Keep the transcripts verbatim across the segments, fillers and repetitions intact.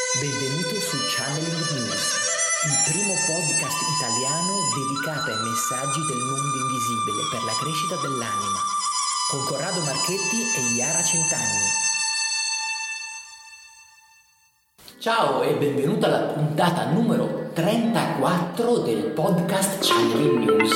Benvenuto su Channeling News, il primo podcast italiano dedicato ai messaggi del mondo invisibile per la crescita dell'anima, con Corrado Marchetti e Iara Centanni. Ciao e benvenuto alla puntata numero trentaquattro del podcast Channeling News.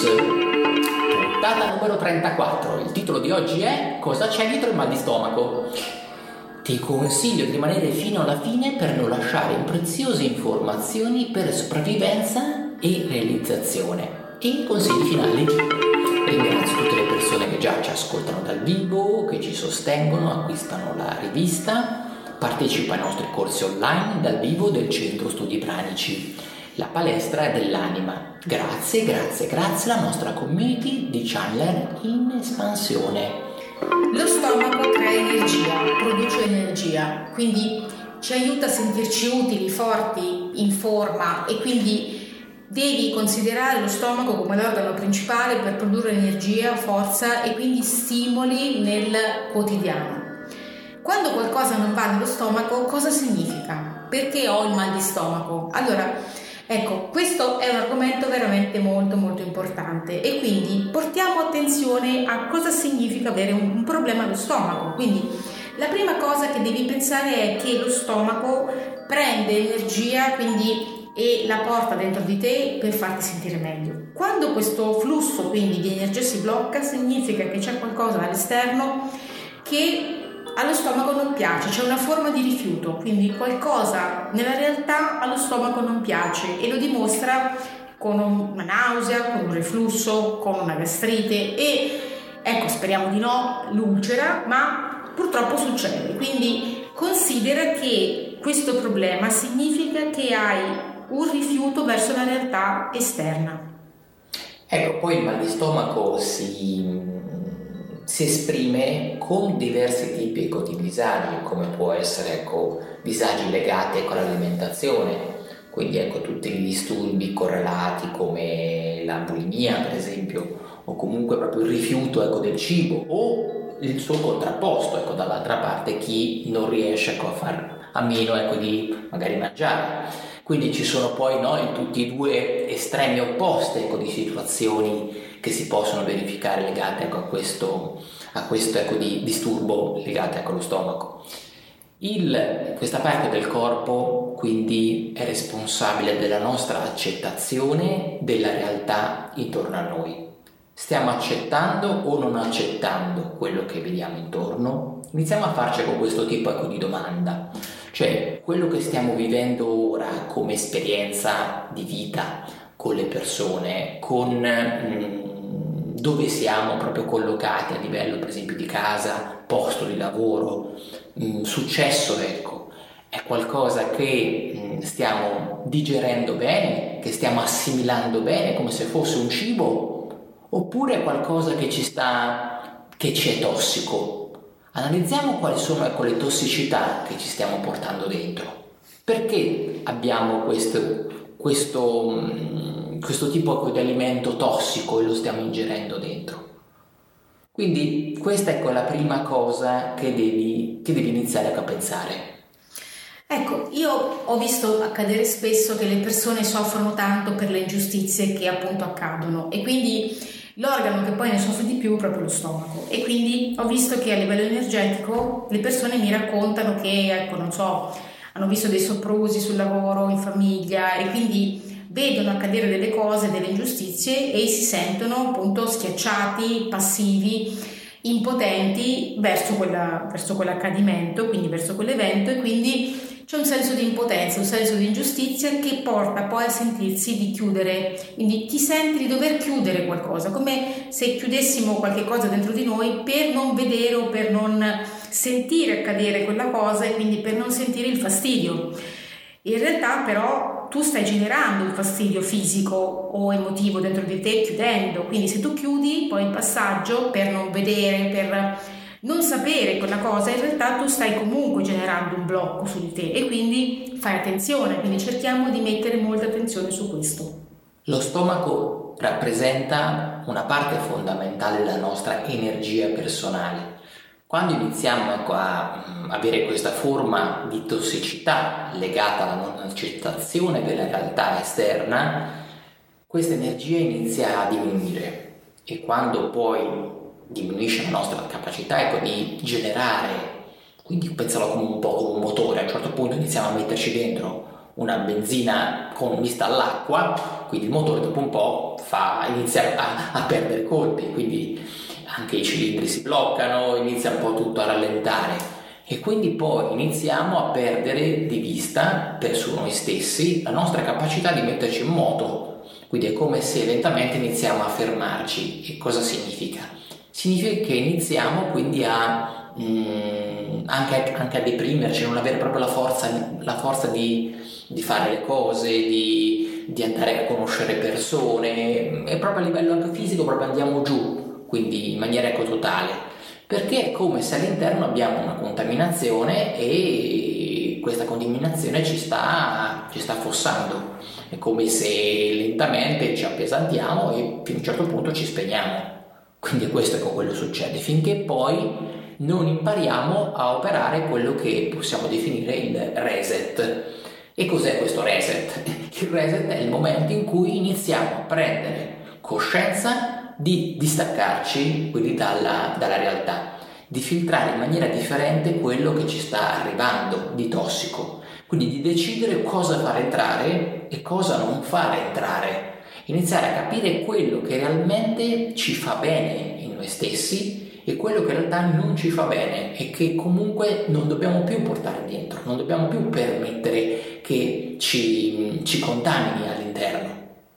Puntata numero trentaquattro, il titolo di oggi è Cosa c'è dietro il mal di stomaco? Ti consiglio di rimanere fino alla fine per non lasciare preziose informazioni per sopravvivenza e realizzazione. E consigli finali. Ringrazio tutte le persone che già ci ascoltano dal vivo, che ci sostengono, acquistano la rivista, partecipa ai nostri corsi online dal vivo del Centro Studi Pranici, la palestra dell'anima. Grazie, grazie, grazie alla nostra community di channeler in espansione. Lo stomaco crea energia, produce energia, quindi ci aiuta a sentirci utili, forti, in forma, e quindi devi considerare lo stomaco come l'organo principale per produrre energia, forza e quindi stimoli nel quotidiano. Quando qualcosa non va nello stomaco, cosa significa? Perché ho il mal di stomaco? Allora, ecco, questo è un argomento veramente molto molto importante e quindi portiamo attenzione a cosa significa avere un, un problema allo stomaco. Quindi la prima cosa che devi pensare è che lo stomaco prende energia, quindi e la porta dentro di te per farti sentire meglio. Quando questo flusso quindi di energia si blocca, significa che c'è qualcosa all'esterno che allo stomaco non piace, c'è una forma di rifiuto, quindi qualcosa nella realtà allo stomaco non piace e lo dimostra con una nausea, con un reflusso, con una gastrite e ecco, speriamo di no, l'ulcera, ma purtroppo succede. Quindi considera che questo problema significa che hai un rifiuto verso la realtà esterna. Ecco, poi il mal di stomaco si si esprime con diversi tipi ecco, di disagi, come può essere ecco, disagi legati ecco, all'alimentazione, quindi ecco, tutti i disturbi correlati come la bulimia per esempio, o comunque proprio il rifiuto ecco, del cibo, o il suo contrapposto, ecco, dall'altra parte chi non riesce ecco, a far a meno ecco, di magari mangiare. Quindi ci sono poi no, in tutti i due estremi opposti ecco, di situazioni che si possono verificare legate ecco, a questo, a questo ecco, di disturbo legato ecco, allo stomaco. Il, questa parte del corpo quindi è responsabile della nostra accettazione della realtà intorno a noi. Stiamo accettando o non accettando quello che vediamo intorno? Iniziamo a farci con questo tipo ecco, di domanda. Cioè, quello che stiamo vivendo ora come esperienza di vita con le persone, con mh, dove siamo proprio collocati a livello per esempio di casa, posto di lavoro, mh, successo ecco, è qualcosa che mh, stiamo digerendo bene, che stiamo assimilando bene come se fosse un cibo, oppure è qualcosa che ci sta, che ci è tossico? Analizziamo quali sono ecco, le tossicità che ci stiamo portando dentro. Perché abbiamo questo, questo, questo tipo ecco, di alimento tossico e lo stiamo ingerendo dentro? Quindi questa ecco, è la prima cosa che devi, che devi iniziare a pensare. Ecco, io ho visto accadere spesso che le persone soffrono tanto per le ingiustizie che appunto accadono e quindi l'organo che poi ne soffre di più è proprio lo stomaco e quindi ho visto che a livello energetico le persone mi raccontano che, ecco, non so, hanno visto dei soprusi sul lavoro, in famiglia e quindi vedono accadere delle cose, delle ingiustizie e si sentono appunto schiacciati, passivi, impotenti verso, quella, verso quell'accadimento, quindi verso quell'evento e quindi c'è un senso di impotenza, un senso di ingiustizia che porta poi a sentirsi di chiudere, quindi ti senti di dover chiudere qualcosa, come se chiudessimo qualche cosa dentro di noi per non vedere o per non sentire accadere quella cosa e quindi per non sentire il fastidio. In realtà però tu stai generando un fastidio fisico o emotivo dentro di te chiudendo, quindi se tu chiudi poi il passaggio per non vedere, per non sapere quella cosa, in realtà tu stai comunque generando un blocco su di te e quindi fai attenzione, quindi cerchiamo di mettere molta attenzione su questo. Lo stomaco rappresenta una parte fondamentale della nostra energia personale, Quando iniziamo ecco, a mh, avere questa forma di tossicità legata alla non accettazione della realtà esterna, questa energia inizia a diminuire, e quando poi diminuisce la nostra capacità ecco, di generare, quindi pensalo come un po' come un motore, a un certo punto iniziamo a metterci dentro una benzina con mista all'acqua, quindi il motore dopo un po' fa, inizia a, a perdere colpi, quindi anche i cilindri si bloccano, inizia un po' tutto a rallentare, e quindi poi iniziamo a perdere di vista per su noi stessi la nostra capacità di metterci in moto. Quindi è come se lentamente iniziamo a fermarci. E cosa significa? Significa che iniziamo quindi a mh, anche, anche a deprimerci, non avere proprio la forza, la forza di, di fare le cose, di, di andare a conoscere persone, e proprio a livello anche fisico proprio andiamo giù, quindi in maniera ecco totale, perché è come se all'interno abbiamo una contaminazione e questa contaminazione ci sta, ci sta affossando. È come se lentamente ci appesantiamo e fino a un certo punto ci spegniamo. Quindi questo è quello che succede, finché poi non impariamo a operare quello che possiamo definire il reset. E cos'è questo reset? Il reset è il momento in cui iniziamo a prendere coscienza di distaccarci quindi dalla, dalla realtà, di filtrare in maniera differente quello che ci sta arrivando di tossico. Quindi di decidere cosa far entrare e cosa non far entrare, iniziare a capire quello che realmente ci fa bene in noi stessi e quello che in realtà non ci fa bene e che comunque non dobbiamo più portare dentro, non dobbiamo più permettere che ci, ci contamini all'interno.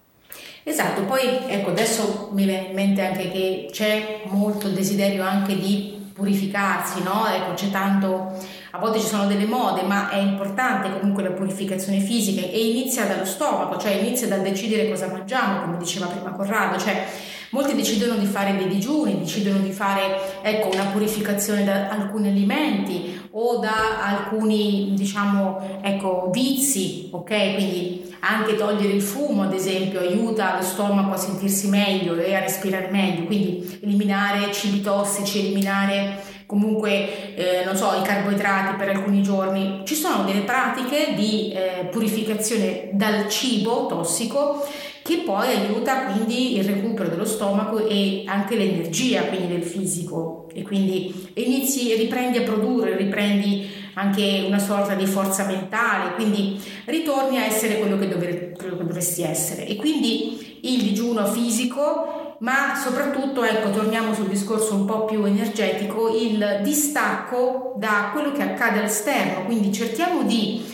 Esatto, poi ecco adesso mi viene in mente anche che c'è molto il desiderio anche di purificarsi, no? Ecco, c'è tanto, a volte ci sono delle mode, ma è importante comunque la purificazione fisica e inizia dallo stomaco, cioè inizia dal decidere cosa mangiamo, come diceva prima Corrado, cioè molti decidono di fare dei digiuni, decidono di fare ecco una purificazione da alcuni alimenti o da alcuni diciamo ecco vizi, ok? Quindi anche togliere il fumo ad esempio aiuta lo stomaco a sentirsi meglio e a respirare meglio, quindi eliminare cibi tossici, eliminare comunque eh, non so i carboidrati per alcuni giorni. Ci sono delle pratiche di eh, purificazione dal cibo tossico che poi aiuta quindi il recupero dello stomaco e anche l'energia quindi del fisico, e quindi inizi e riprendi a produrre, riprendi anche una sorta di forza mentale, quindi ritorni a essere quello che, dover, quello che dovresti essere. E quindi il digiuno fisico, ma soprattutto ecco torniamo sul discorso un po' più energetico, il distacco da quello che accade all'esterno, quindi cerchiamo di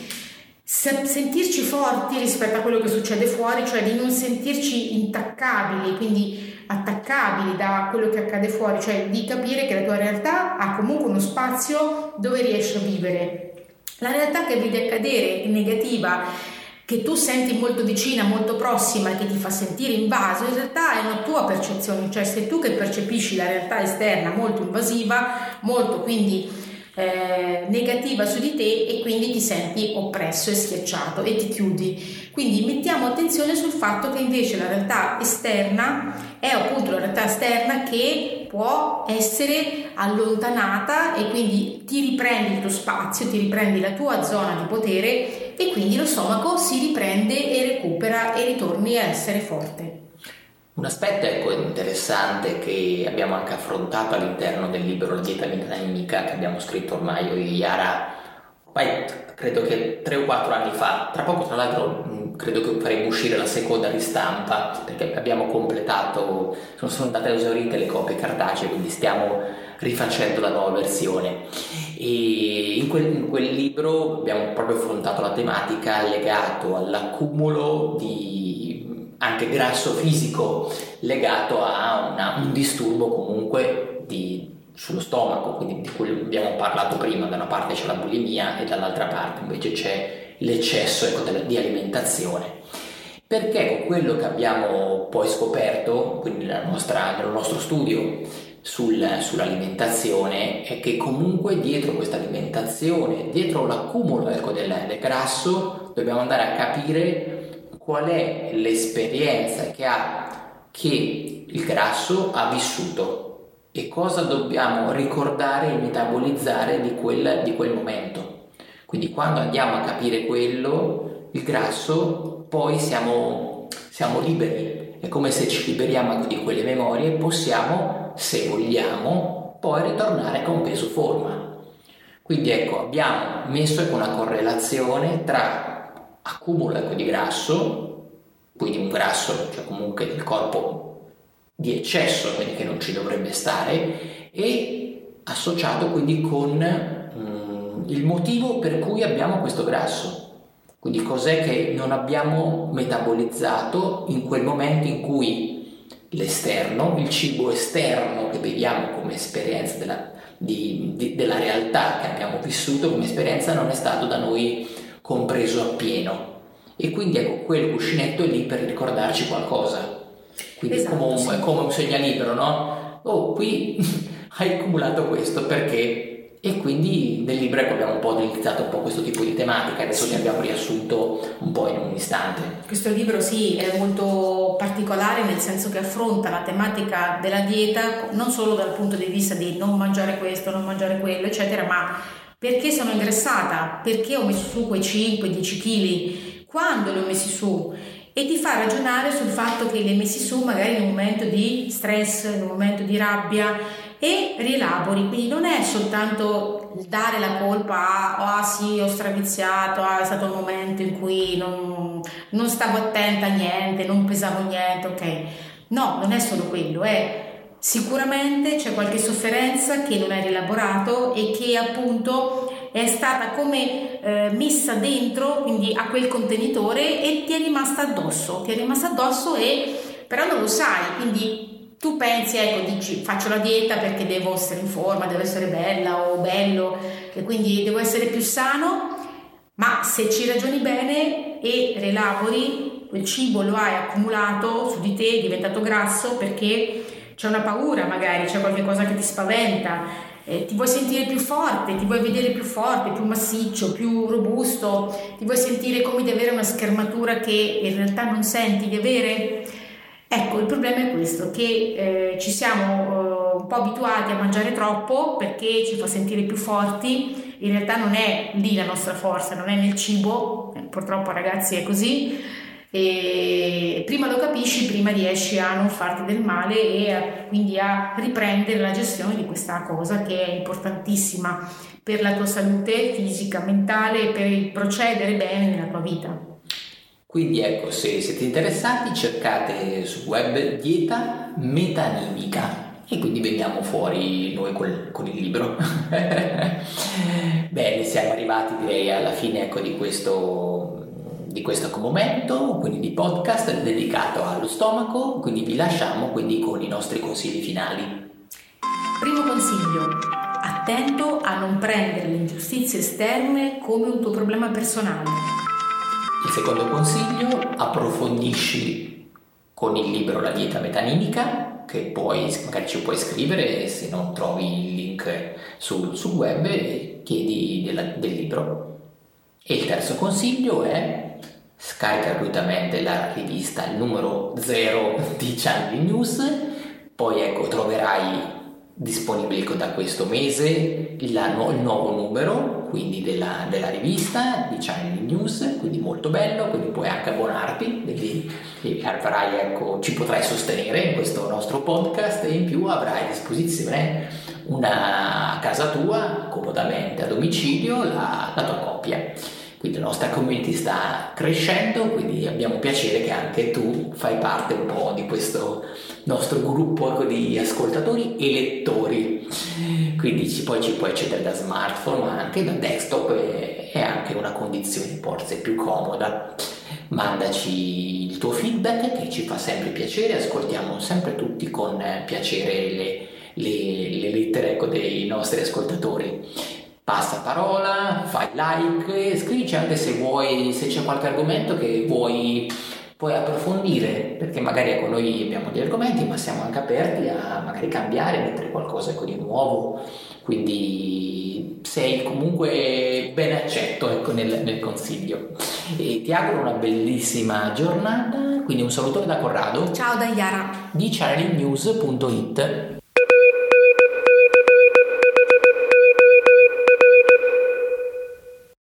sentirci forti rispetto a quello che succede fuori, cioè di non sentirci intaccabili, quindi attaccabili da quello che accade fuori, cioè di capire che la tua realtà ha comunque uno spazio dove riesci a vivere. La realtà che vedi accadere è negativa, che tu senti molto vicina, molto prossima e che ti fa sentire invaso, in realtà è una tua percezione, cioè sei tu che percepisci la realtà esterna molto invasiva, molto quindi Eh, negativa su di te, e quindi ti senti oppresso e schiacciato e ti chiudi. Quindi mettiamo attenzione sul fatto che invece la realtà esterna è appunto la realtà esterna che può essere allontanata, e quindi ti riprendi il tuo spazio, ti riprendi la tua zona di potere e quindi lo stomaco si riprende e recupera e ritorni a essere forte. Un aspetto ecco, interessante che abbiamo anche affrontato all'interno del libro La dieta mitranimica che abbiamo scritto ormai io e Yara, ormai credo che tre o quattro anni fa, tra poco tra l'altro credo che faremo uscire la seconda ristampa perché abbiamo completato, sono, sono andate esaurite le copie cartacee, quindi stiamo rifacendo la nuova versione. E in quel, in quel libro abbiamo proprio affrontato la tematica legato all'accumulo di anche grasso fisico legato a una, un disturbo comunque di, sullo stomaco, quindi di cui abbiamo parlato prima. Da una parte c'è la bulimia e dall'altra parte invece c'è l'eccesso ecco, di alimentazione, perché con quello che abbiamo poi scoperto quindi nella nostra, nel nostro studio sul, sull'alimentazione è che comunque dietro questa alimentazione, dietro l'accumulo ecco, del, del grasso, dobbiamo andare a capire qual è l'esperienza che ha che il grasso ha vissuto, e cosa dobbiamo ricordare e metabolizzare di quel, di quel momento. Quindi quando andiamo a capire quello, il grasso, poi siamo, siamo liberi. È come se ci liberiamo di quelle memorie e possiamo, se vogliamo, poi ritornare con peso forma. Quindi ecco, abbiamo messo una correlazione tra accumulo ecco, di grasso, quindi un grasso, cioè comunque del corpo di eccesso, quindi che non ci dovrebbe stare, e associato quindi con mm, il motivo per cui abbiamo questo grasso. Quindi cos'è che non abbiamo metabolizzato in quel momento in cui l'esterno, il cibo esterno che vediamo come esperienza della, di, di, della realtà che abbiamo vissuto come esperienza non è stato da noi compreso appieno. E quindi ecco, quel cuscinetto è lì per ricordarci qualcosa. Quindi esatto, come, un, sì. come un segnalibro, no? Oh, qui hai accumulato questo perché... E quindi nel libro abbiamo un po' utilizzato un po' questo tipo di tematica, adesso ne abbiamo riassunto un po' in un istante. Questo libro sì è molto particolare nel senso che affronta la tematica della dieta non solo dal punto di vista di non mangiare questo, non mangiare quello, eccetera, ma perché sono ingrassata, perché ho messo su quei cinque dieci chili, quando li ho messi su, e ti fa ragionare sul fatto che li hai messi su magari in un momento di stress, in un momento di rabbia, e rielabori, quindi non è soltanto dare la colpa a ah sì ho straviziato, ah, è stato un momento in cui non, non stavo attenta a niente, non pesavo niente, ok, no, non è solo quello, è sicuramente c'è qualche sofferenza che non hai rielaborato e che appunto è stata come eh, messa dentro, quindi a quel contenitore, e ti è rimasta addosso, ti è rimasta addosso e però non lo sai, quindi tu pensi, ecco, dici faccio la dieta perché devo essere in forma, devo essere bella o bello e quindi devo essere più sano, ma se ci ragioni bene e rielabori, quel cibo lo hai accumulato su di te, è diventato grasso perché c'è una paura, magari c'è qualche cosa che ti spaventa, eh, ti vuoi sentire più forte, ti vuoi vedere più forte, più massiccio, più robusto, ti vuoi sentire come di avere una schermatura che in realtà non senti di avere. Ecco, il problema è questo, che eh, ci siamo eh, un po' abituati a mangiare troppo perché ci fa sentire più forti, in realtà non è lì la nostra forza, non è nel cibo, eh, purtroppo ragazzi è così, e prima lo capisci, prima riesci a non farti del male e a, quindi a riprendere la gestione di questa cosa che è importantissima per la tua salute fisica, mentale e per il procedere bene nella tua vita. Quindi ecco, se siete interessati cercate sul web dieta metanimica e quindi veniamo fuori noi col, con il libro. Bene, siamo arrivati direi alla fine ecco, di questo, di questo momento, quindi di podcast dedicato allo stomaco, quindi vi lasciamo quindi con i nostri consigli finali. Primo consiglio, attento a non prendere le ingiustizie esterne come un tuo problema personale. Il secondo consiglio, approfondisci con il libro La dieta metanimica, che poi magari ci puoi scrivere se non trovi il link sul, sul web e chiedi della, del libro. E il terzo consiglio è scarica gratuitamente la rivista il numero zero di Channel News, poi ecco troverai disponibile da questo mese la, il nuovo numero quindi della, della rivista di Channel News, quindi molto bello, quindi puoi anche abbonarti, quindi avrai, ecco, ci potrai sostenere in questo nostro podcast e in più avrai a disposizione una a casa tua, comodamente a domicilio, la, la tua coppia. Quindi la nostra community sta crescendo, quindi abbiamo piacere che anche tu fai parte un po' di questo nostro gruppo di ascoltatori e lettori. Quindi ci, poi ci puoi accedere da smartphone ma anche da desktop e, e anche una condizione forse più comoda. Mandaci il tuo feedback che ci fa sempre piacere, ascoltiamo sempre tutti con piacere le, le, le lettere ecco, dei nostri ascoltatori. Passa parola, fai like, scrivici anche se vuoi, se c'è qualche argomento che vuoi, puoi approfondire, perché magari ecco, noi abbiamo degli argomenti ma siamo anche aperti a magari cambiare, mettere qualcosa ecco, di nuovo, quindi sei comunque ben accetto ecco, nel, nel consiglio. E ti auguro una bellissima giornata, quindi un salutone da Corrado. Ciao da Iara di channel news punto it.